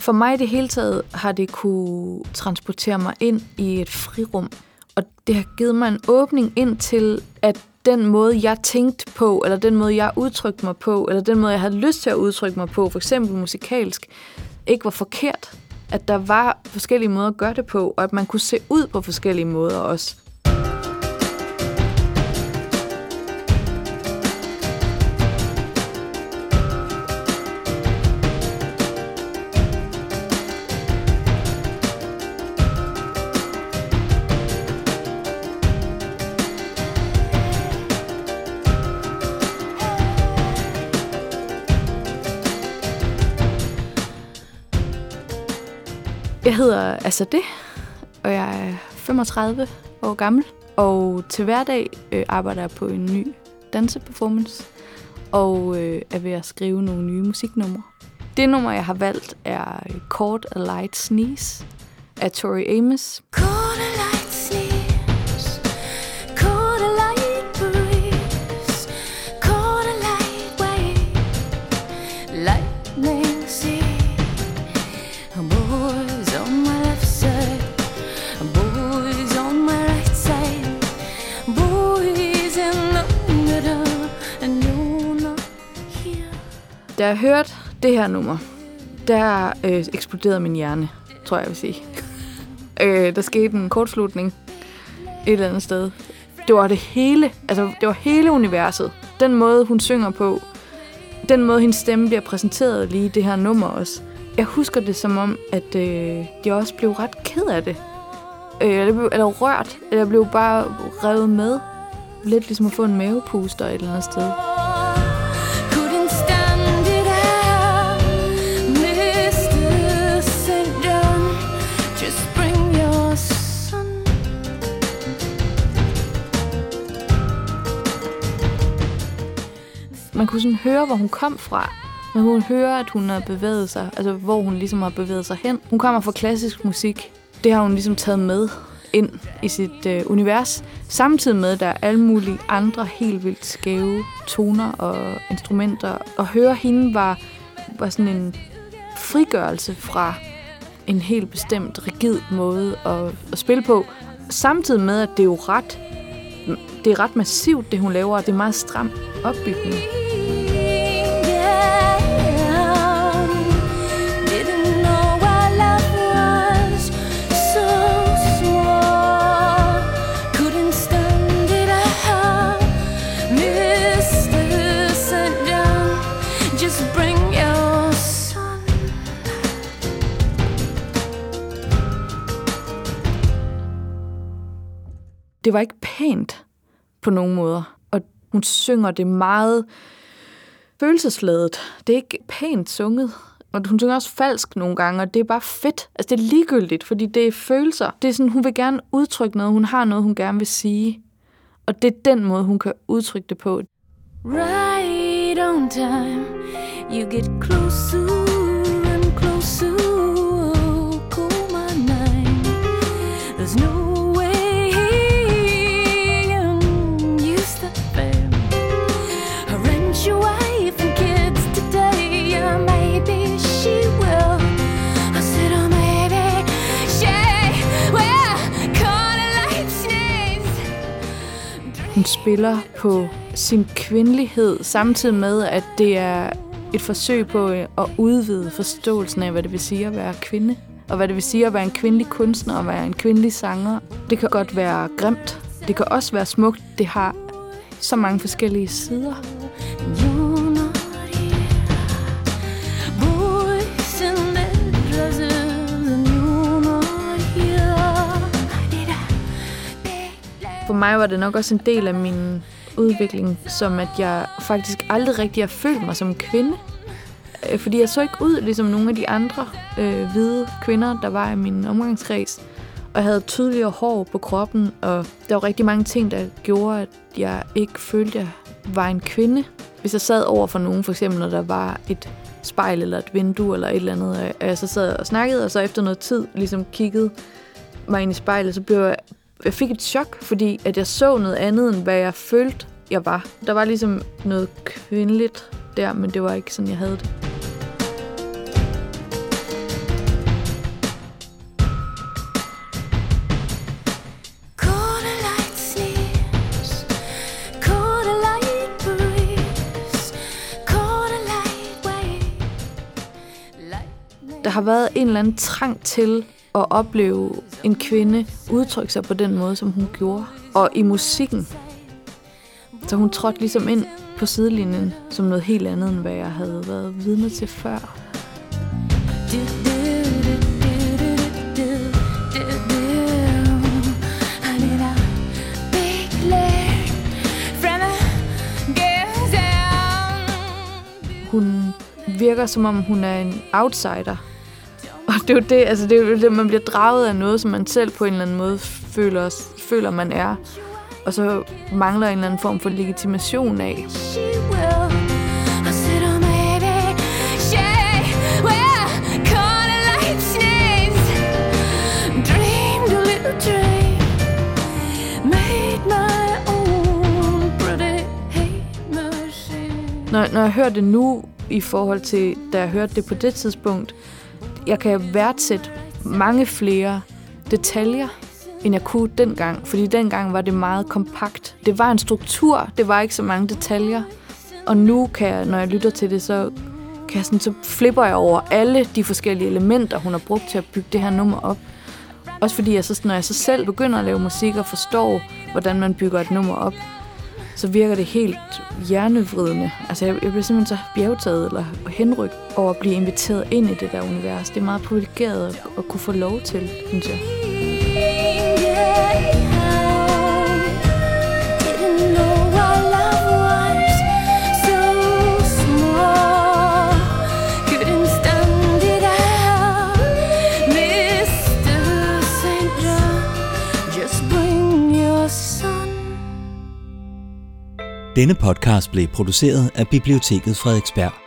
For mig i det hele taget har det kunne transportere mig ind i et frirum, og det har givet mig en åbning ind til, at den måde, jeg tænkte på, eller den måde, jeg udtrykte mig på, eller den måde, jeg havde lyst til at udtrykke mig på, for eksempel musikalsk, ikke var forkert. At der var forskellige måder at gøre det på, og at man kunne se ud på forskellige måder også. Jeg hedder Azadeh, og jeg er 35 år gammel, og til hverdag arbejder jeg på en ny danseperformance, og er ved at skrive nogle nye musiknumre. Det nummer, jeg har valgt, er Caught a Light Sneeze af Tori Amos. Da jeg hørte det her nummer, der eksploderede min hjerne, tror jeg vil sige. Der skete en kortslutning et eller andet sted. Det var det hele, altså det var hele universet. Den måde, hun synger på, den måde, hendes stemme bliver præsenteret lige i det her nummer også. Jeg husker det som om, at jeg også blev ret ked af det. Eller rørt, eller jeg blev bare revet med. Lidt ligesom at få en mavepuster et eller andet sted. Man kunne sådan høre, hvor hun kom fra. Man kunne høre, at hun har bevæget sig, altså hvor hun ligesom har bevæget sig hen. Hun kommer fra klassisk musik. Det har hun ligesom taget med ind i sit univers. Samtidig med, at der er alle mulige andre helt vildt skæve toner og instrumenter. Og høre hende var sådan en frigørelse fra en helt bestemt rigid måde at spille på. Samtidig med, at det er jo ret massivt, det hun laver, og det er meget stram opbygning. Det var ikke pænt på nogen måder, og hun synger det meget følelsesladet. Det er ikke pænt sunget, og hun synger også falsk nogle gange, og det er bare fedt. Altså det er ligegyldigt, fordi det er følelser. Det er sådan, hun vil gerne udtrykke noget, hun har noget, hun gerne vil sige. Og det er den måde, hun kan udtrykke det på. Right on time, you get closer and closer, cool my nine. There's no Hun spiller på sin kvindelighed, samtidig med, at det er et forsøg på at udvide forståelsen af, hvad det vil sige at være kvinde. Og hvad det vil sige at være en kvindelig kunstner og være en kvindelig sanger. Det kan godt være grimt. Det kan også være smukt. Det har så mange forskellige sider. For mig var det nok også en del af min udvikling, som at jeg faktisk aldrig rigtig har følt mig som kvinde. Fordi jeg så ikke ud ligesom nogle af de andre hvide kvinder, der var i min omgangskreds. Og jeg havde tydeligere hår på kroppen, og der var rigtig mange ting, der gjorde, at jeg ikke følte, at jeg var en kvinde. Hvis jeg sad over for nogen, for eksempel når der var et spejl eller et vindue eller et eller andet, og jeg så sad og snakkede, og så efter noget tid ligesom kiggede mig ind i spejlet, så blev jeg fik et chok, fordi at jeg så noget andet, end hvad jeg følte, jeg var. Der var ligesom noget kvindeligt der, men det var ikke sådan, jeg havde det. har været en eller anden trang til at opleve en kvinde udtrykke sig på den måde, som hun gjorde. Og i musikken, så hun trådte ligesom ind på sidelinjen som noget helt andet, end hvad jeg havde været vidne til før. Hun virker, som om hun er en outsider. Og det er jo det, altså det er jo det, man bliver draget af noget, som man selv på en eller anden måde føler man er. Og så mangler en eller anden form for legitimation af. Når jeg hører det nu, i forhold til, da jeg hørte det på det tidspunkt, jeg kan værdsætte mange flere detaljer, end jeg kunne dengang. Fordi dengang var det meget kompakt. Det var en struktur, det var ikke så mange detaljer. Og nu kan jeg, når jeg lytter til det, så flipper jeg over alle de forskellige elementer, hun har brugt til at bygge det her nummer op. Også fordi, når jeg så selv begynder at lave musik og forstår, hvordan man bygger et nummer op, så virker det helt hjernevridende. Altså, jeg bliver simpelthen så bjergtaget eller henrygt over at blive inviteret ind i det der univers. Det er meget privilegeret at kunne få lov til, synes jeg. Denne podcast blev produceret af Biblioteket Frederiksberg.